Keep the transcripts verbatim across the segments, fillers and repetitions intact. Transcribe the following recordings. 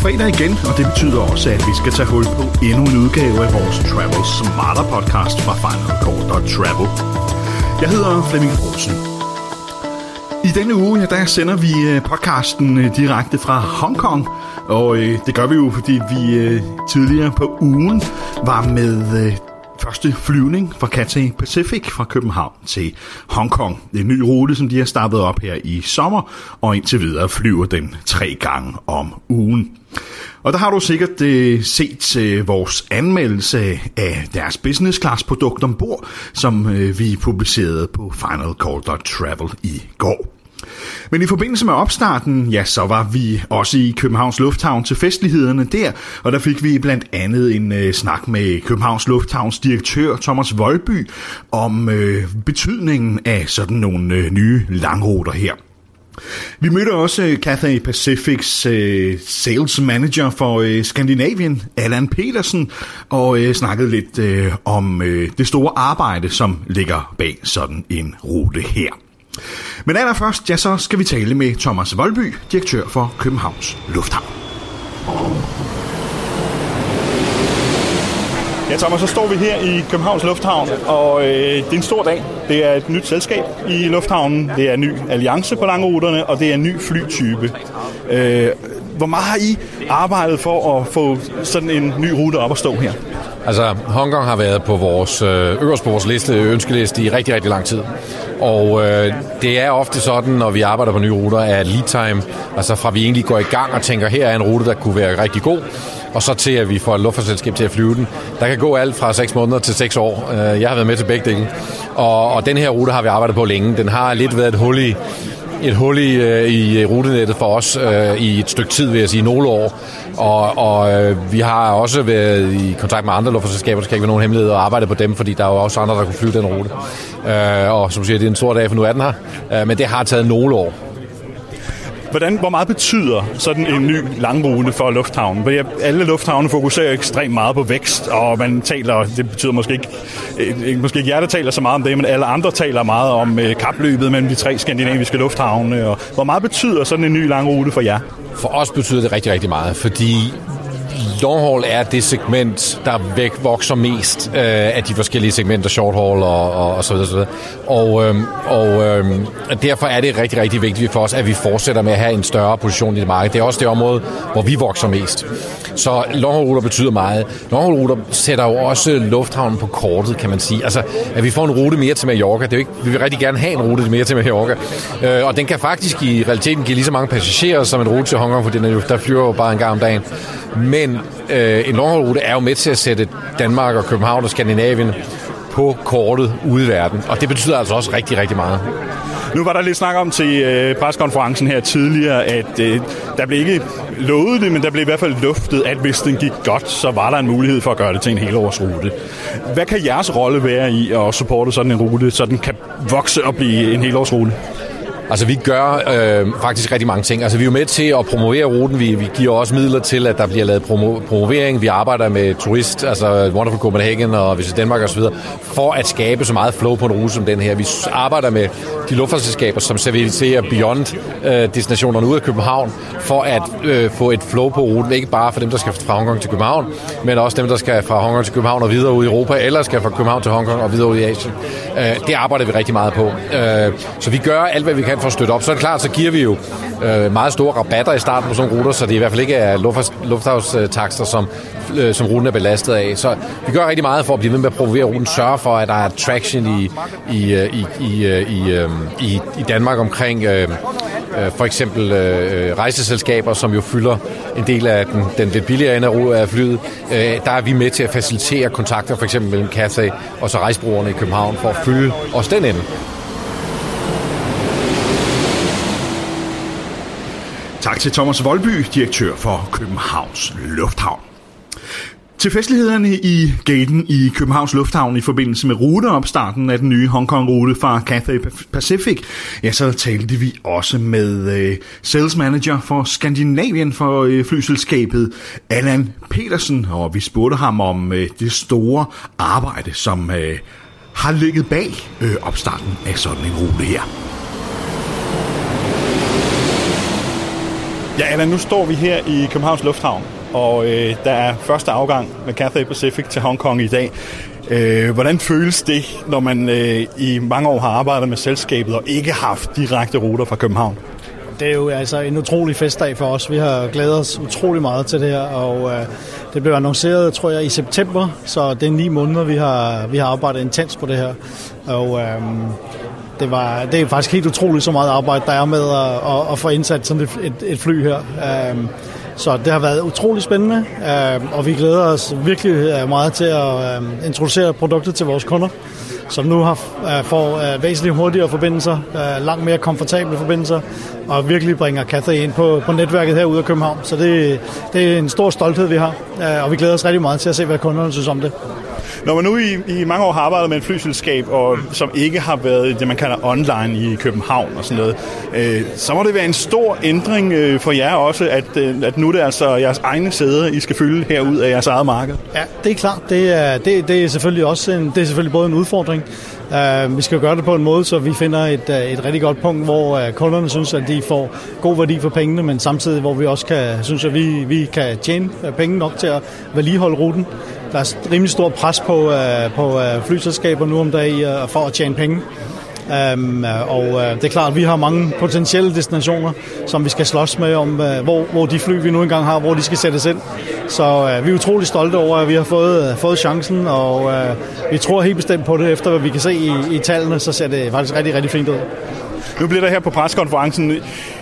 fredag igen, og det betyder også, at vi skal tage hul på endnu en udgave af vores Travel Smarter podcast fra Final Call dot travel. Jeg hedder Flemming Olsen. I denne uge, ja, der sender vi podcasten direkte fra Hongkong, og det gør vi jo, fordi vi tidligere på ugen var med første flyvning fra Cathay Pacific fra København til Hongkong. Det er en ny rute, som de har startet op her i sommer, og indtil videre flyver den tre gange om ugen. Og der har du sikkert øh, set øh, vores anmeldelse af deres business class produkt ombord, som øh, vi publicerede på Final Call dot travel i går. Men i forbindelse med opstarten, ja, så var vi også i Københavns Lufthavn til festlighederne der, og der fik vi blandt andet en øh, snak med Københavns Lufthavns direktør Thomas Voldby om øh, betydningen af sådan nogle øh, nye langruter her. Vi mødte også Cathay Pacifics øh, sales manager for øh, Skandinavien, Allan Petersen, og øh, snakkede lidt øh, om øh, det store arbejde, som ligger bag sådan en rute her. Men allerførst, ja, så skal vi tale med Thomas Voldby, direktør for Københavns Lufthavn. Ja, Thomas, så står vi her i Københavns Lufthavn, og øh, det er en stor dag. Det er et nyt selskab i lufthavnen, det er en ny alliance på langruterne, og det er en ny flytype. Øh, hvor meget har I arbejdet for at få sådan en ny rute op at stå her? Altså, Hongkong har været på vores øh, øverst på vores liste, ønskeliste i rigtig, rigtig lang tid. Og øh, det er ofte sådan, når vi arbejder på nye ruter, at lead time, altså fra vi egentlig går i gang og tænker, her er en rute, der kunne være rigtig god, og så til at vi får et luftfartsselskab til at flyve den. Der kan gå alt fra seks måneder til seks år. Jeg har været med til begge dele. Og, og den her rute har vi arbejdet på længe. Den har lidt været et hul i, et hul i, i rutenettet for os øh, i et stykke tid, vil jeg sige, nogle år. Og, og øh, vi har også været i kontakt med andre luftfartsselskaber, der skal ikke være nogen hemmelighed, og arbejde på dem, fordi der er jo også andre, der kunne flyve den rute. Øh, og som siger, det er en stor dag, for nu er den her. Øh, men det har taget nogle år. Hvordan, hvor meget betyder sådan en ny langrute for lufthavnen? Fordi alle lufthavne fokuserer ekstremt meget på vækst, og man taler, det betyder måske ikke, måske ikke jer, der taler så meget om det, men alle andre taler meget om kapløbet mellem de tre skandinaviske lufthavne. Og hvor meget betyder sådan en ny langrute for jer? For os betyder det rigtig, rigtig meget, fordi long haul er det segment, der væk vokser mest øh, af de forskellige segmenter, short haul og, og, og så videre, så videre. Og, øhm, og øhm, derfor er det rigtig, rigtig vigtigt for os, at vi fortsætter med at have en større position i det marked. Det er også det område, hvor vi vokser mest. Så long haul ruter betyder meget. Long haul ruter sætter jo også lufthavnen på kortet, kan man sige. Altså, at vi får en rute mere til Mallorca. Det er jo ikke, vi vil rigtig gerne have en rute mere til Mallorca. Øh, og den kan faktisk i realiteten give lige så mange passagerer som en rute til Hongkong, for der flyver jo bare en gang om dagen. Men øh, en longhårrute er jo med til at sætte Danmark og København og Skandinavien på kortet ude i verden. Og det betyder altså også rigtig, rigtig meget. Nu var der lidt snak om til øh, pressekonferencen her tidligere, at øh, der blev ikke lovet det, men der blev i hvert fald luftet, at hvis den gik godt, så var der en mulighed for at gøre det til en helårsrute. Hvad kan jeres rolle være i at supporte sådan en rute, så den kan vokse og blive en helårsrute? Altså, vi gør øh, faktisk rigtig mange ting. Altså, vi er jo med til at promovere ruten. Vi, vi giver også midler til, at der bliver lavet promo- promovering. Vi arbejder med turist, altså Wonderful Copenhagen og Visit Danmark osv., for at skabe så meget flow på en rute som den her. Vi arbejder med de luftfartsselskaber, som servicerer beyond øh, destinationerne ud af København, for at øh, få et flow på ruten. Ikke bare for dem, der skal fra Hongkong til København, men også dem, der skal fra Hongkong til København og videre ud i Europa, eller skal fra København til Hongkong og videre ud i Asien. Øh, det arbejder vi rigtig meget på. Øh, så vi gør alt, hvad vi kan for at støtte op. Så er det klart, så giver vi jo øh, meget store rabatter i starten på sådan nogle ruter, så det i hvert fald ikke er lufthavnstakster, som, øh, som ruten er belastet af. Så vi gør rigtig meget for at blive ved med at provokere ruten, sørge for, at der er traction i, i, i, i, i, i, i Danmark omkring øh, for eksempel øh, rejseselskaber, som jo fylder en del af den, den lidt billigere ende af flyet. Øh, der er vi med til at facilitere kontakter, for eksempel mellem Cathay og så rejsebrugerne i København, for at fylde også den ende. Tak til Thomas Voldby, direktør for Københavns Lufthavn. Til festlighederne i gaten i Københavns Lufthavn i forbindelse med ruteopstarten af den nye Hongkong-rute fra Cathay Pacific, ja, så talte vi også med øh, sales manager for Skandinavien for øh, flyselskabet, Allan Petersen, og vi spurgte ham om øh, det store arbejde, som øh, har ligget bag øh, opstarten af sådan en rute her. Ja, Allan, nu står vi her i Københavns Lufthavn, og øh, der er første afgang med Cathay Pacific til Hongkong i dag. Øh, hvordan føles det, når man øh, i mange år har arbejdet med selskabet og ikke haft direkte ruter fra København? Det er jo altså en utrolig festdag for os. Vi har glædet os utrolig meget til det her, og øh, det blev annonceret, tror jeg, i september, så det er ni måneder, vi har, vi har arbejdet intens på det her. Og øh, det, var, det er faktisk helt utroligt så meget arbejde, der er med at, at, at få indsat sådan et, et, et fly her. Øh, Så det har været utrolig spændende, og vi glæder os virkelig meget til at introducere produktet til vores kunder, som nu har, får væsentligt hurtigere forbindelser, langt mere komfortable forbindelser, og virkelig bringer Cathay ind på, på netværket herude af København. Så det, det er en stor stolthed, vi har, og vi glæder os rigtig meget til at se, hvad kunderne synes om det. Når man nu i, i mange år har arbejdet med et flyselskab, og som ikke har været det, man kalder online i København og sådan noget, øh, så må det være en stor ændring øh, for jer også, at, øh, at nu er det altså jeres egne sæder, I skal fylde herud af jeres eget marked. Ja, det er klart. Det er, det, det er selvfølgelig også en, det er selvfølgelig både en udfordring. Uh, vi skal gøre det på en måde, så vi finder et, et rigtig godt punkt, hvor uh, kunderne synes, at de får god værdi for pengene, men samtidig, hvor vi også kan, synes, at vi, vi kan tjene penge nok til at vedligeholde ruten. Der er rimelig stor pres på, uh, på uh, flyselskaber nu om dagen uh, for at tjene penge. Um, og uh, det er klart, at vi har mange potentielle destinationer, som vi skal slås med om, uh, hvor, hvor de fly, vi nu engang har, hvor de skal sættes ind. Så uh, vi er utrolig stolte over, at vi har fået, uh, fået chancen, og uh, vi tror helt bestemt på det. Efter hvad vi kan se i, i tallene, så ser det faktisk rigtig, rigtig fint ud. Nu bliver der her på pressekonferencen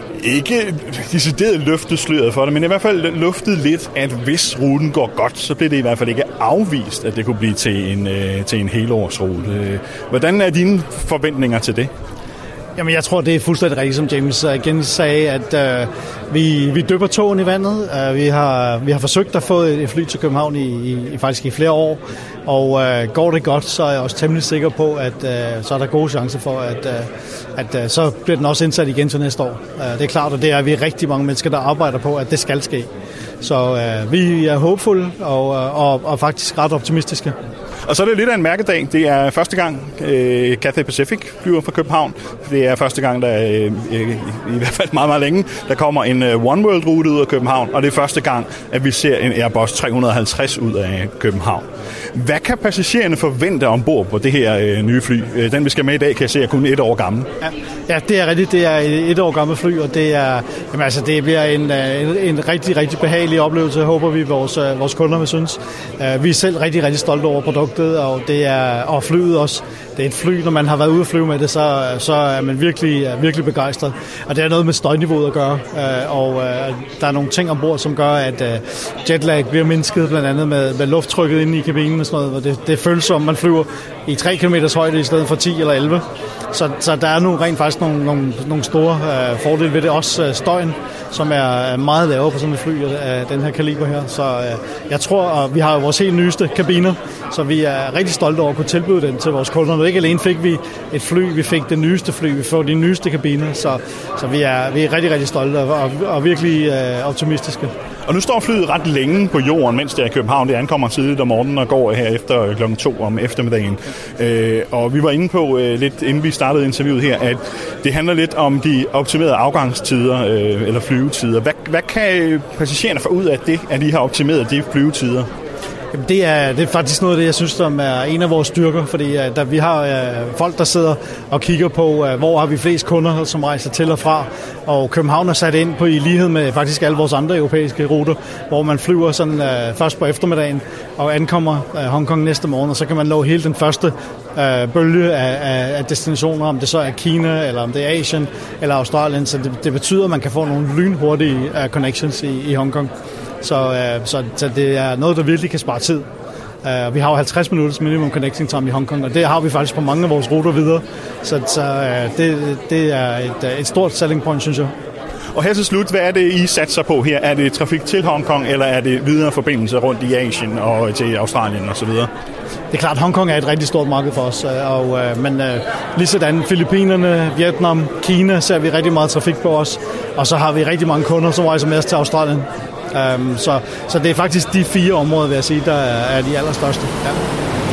ikke decideret løftet sløret for det, men i hvert fald luftet lidt, at hvis ruten går godt, så bliver det i hvert fald ikke afvist, at det kunne blive til en, øh, til en helårsrute. Hvordan er dine forventninger til det? Jamen, jeg tror, det er fuldstændig rigtigt, som James igen sagde, at øh, vi, vi dypper tågen i vandet. Uh, vi, har, vi har forsøgt at få et fly til København i, i, i faktisk i flere år, og øh, går det godt, så er jeg også temmelig sikker på, at øh, så er der gode chancer for, at, øh, at øh, så bliver den også indsat igen til næste år. Uh, det er klart, og det er vi rigtig mange mennesker, der arbejder på, at det skal ske. Så øh, vi er håbefulde og, og, og faktisk ret optimistiske. Og så er det lidt af en mærkedag. Det er første gang, øh, Cathay Pacific flyver fra København. Det er første gang, der øh, i, i hvert fald meget, meget længe, der kommer en øh, One World-rute ud af København. Og det er første gang, at vi ser en Airbus tre hundrede og halvtreds ud af København. Hvad kan passagererne forvente ombord på det her øh, nye fly? Den, vi skal med i dag, kan jeg se, er kun et år gammel. Ja, ja, det er rigtigt. Det er et år gammelt fly, og det, er, jamen, altså, det bliver en, en, en rigtig, rigtig behagelig oplevelse, håber vi, vores, vores kunder vil synes. Uh, vi er selv rigtig, rigtig stolte over produktet, og, det er, og flyet også. Det er et fly, når man har været ude at flyve med det, så, så er man virkelig, virkelig begejstret. Og det er noget med støjniveauet at gøre, uh, og uh, der er nogle ting ombord, som gør, at uh, jetlag bliver mindsket, blandt andet med, med lufttrykket inde i kabinen og sådan noget. Og det, det føles som, man flyver i tre kilometers højde i stedet for ti eller elleve. Så, så der er nu rent faktisk nogle, nogle, nogle store uh, fordele ved det. Også uh, støjen, som er meget lavere på sådan et fly af den her kaliber her. Så uh, jeg tror, at vi har vores helt nyeste kabiner, så vi er rigtig stolte over at kunne tilbyde den til vores kunder. Og ikke alene fik vi et fly, vi fik det nyeste fly, vi får de nyeste kabiner, så, så vi, er, vi er rigtig, rigtig stolte og, og, og virkelig uh, optimistiske. Og nu står flyet ret længe på jorden, mens det er i København. Det ankommer tidligt om morgenen og går her efter klokken to om eftermiddagen. Øh, og vi var inde på øh, lidt, inden vi startede interviewet her, at det handler lidt om de optimerede afgangstider øh, eller flyvetider. Hvad, hvad kan passagererne få ud af det, at de har optimeret de flyvetider? Jamen, det, er, det er faktisk noget af det, jeg synes, som er en af vores styrker, fordi uh, der, vi har uh, folk, der sidder og kigger på, uh, hvor har vi flest kunder, som rejser til og fra, og København er sat ind på i lighed med faktisk alle vores andre europæiske ruter, hvor man flyver sådan uh, først på eftermiddagen og ankommer uh, Hongkong næste morgen, og så kan man nå hele den første uh, bølge af, af, af destinationer, om det så er Kina, eller om det er Asien, eller Australien, så det, det betyder, at man kan få nogle lynhurtige uh, connections i, i Hongkong. Så, øh, så, så det er noget, der virkelig kan spare tid. Uh, vi har jo halvtreds minutters minimum connecting time i Hongkong, og det har vi faktisk på mange af vores ruter videre. Så, så uh, det, det er et, et stort selling point, synes jeg. Og her til slut, hvad er det, I satser på her? Er det trafik til Hongkong, eller er det videre forbindelser rundt i Asien og til Australien osv.? Det er klart, at Hongkong er et rigtig stort marked for os, og, uh, men uh, lige sådan Filippinerne, Vietnam, Kina ser vi rigtig meget trafik på os, og så har vi rigtig mange kunder, som rejser med os til Australien. Um, så, så det er faktisk de fire områder, vil jeg sige, der er, er de allerstørste. Ja. Ja.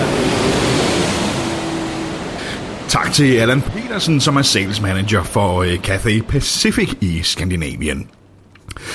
Tak til Allan Petersen, som er sales manager for uh, Cathay Pacific i Skandinavien.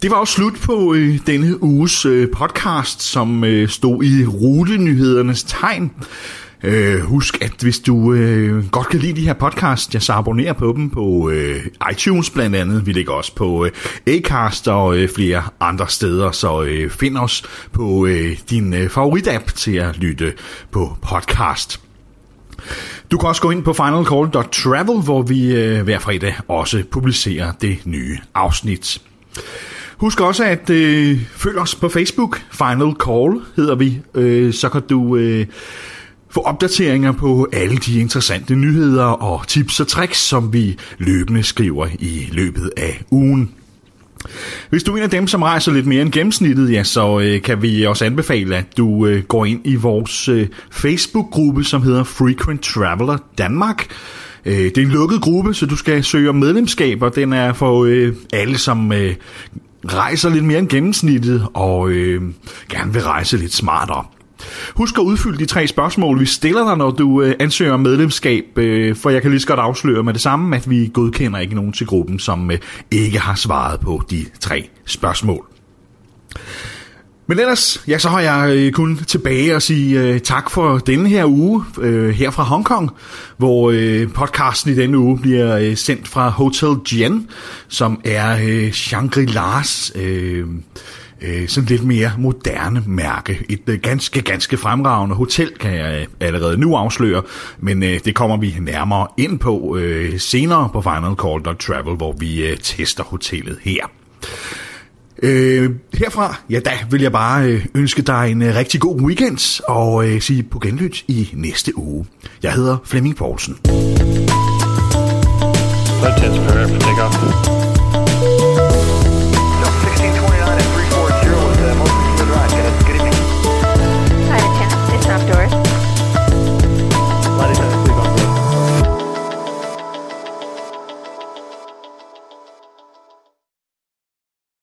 Det var også slut på øh, denne uges øh, podcast, som øh, stod i rutenyhedernes tegn. Øh, husk, at hvis du øh, godt kan lide de her podcasts, ja, så abonner på dem på øh, iTunes blandt andet. Vi ligger også på øh, Acast og øh, flere andre steder, så øh, find os på øh, din øh, favorit-app til at lytte på podcast. Du kan også gå ind på final call punktum travel, hvor vi øh, hver fredag også publicerer det nye afsnit. Husk også at øh, følg os på Facebook. Final Call hedder vi. Øh, så kan du øh, få opdateringer på alle de interessante nyheder og tips og tricks, som vi løbende skriver i løbet af ugen. Hvis du er en af dem, som rejser lidt mere end gennemsnittet, ja, så øh, kan vi også anbefale, at du øh, går ind i vores øh, Facebook-gruppe, som hedder Frequent Traveler Danmark. Øh, det er en lukket gruppe, så du skal søge om medlemskab, og den er for øh, alle, som øh, rejser lidt mere end gennemsnittet og øh, gerne vil rejse lidt smartere. Husk at udfylde de tre spørgsmål, vi stiller dig, når du øh, ansøger om medlemskab, øh, for jeg kan lige så godt afsløre med det samme, at vi godkender ikke nogen til gruppen, som øh, ikke har svaret på de tre spørgsmål. Men ellers, ja, så har jeg øh, kun tilbage at sige øh, tak for denne her uge øh, her fra Hongkong, hvor øh, podcasten i denne uge bliver øh, sendt fra Hotel Jian, som er øh, Shangri-Las øh, øh, sådan lidt mere moderne mærke. Et øh, ganske, ganske fremragende hotel, kan jeg øh, allerede nu afsløre, men øh, det kommer vi nærmere ind på øh, senere på final call punktum travel, hvor vi øh, tester hotellet her. Øh, herfra, ja da vil jeg bare øh, ønske dig en øh, rigtig god weekend og øh, sige på genlyt i næste uge. Jeg hedder Flemming Poulsen. Left hand's prepared for takeoff.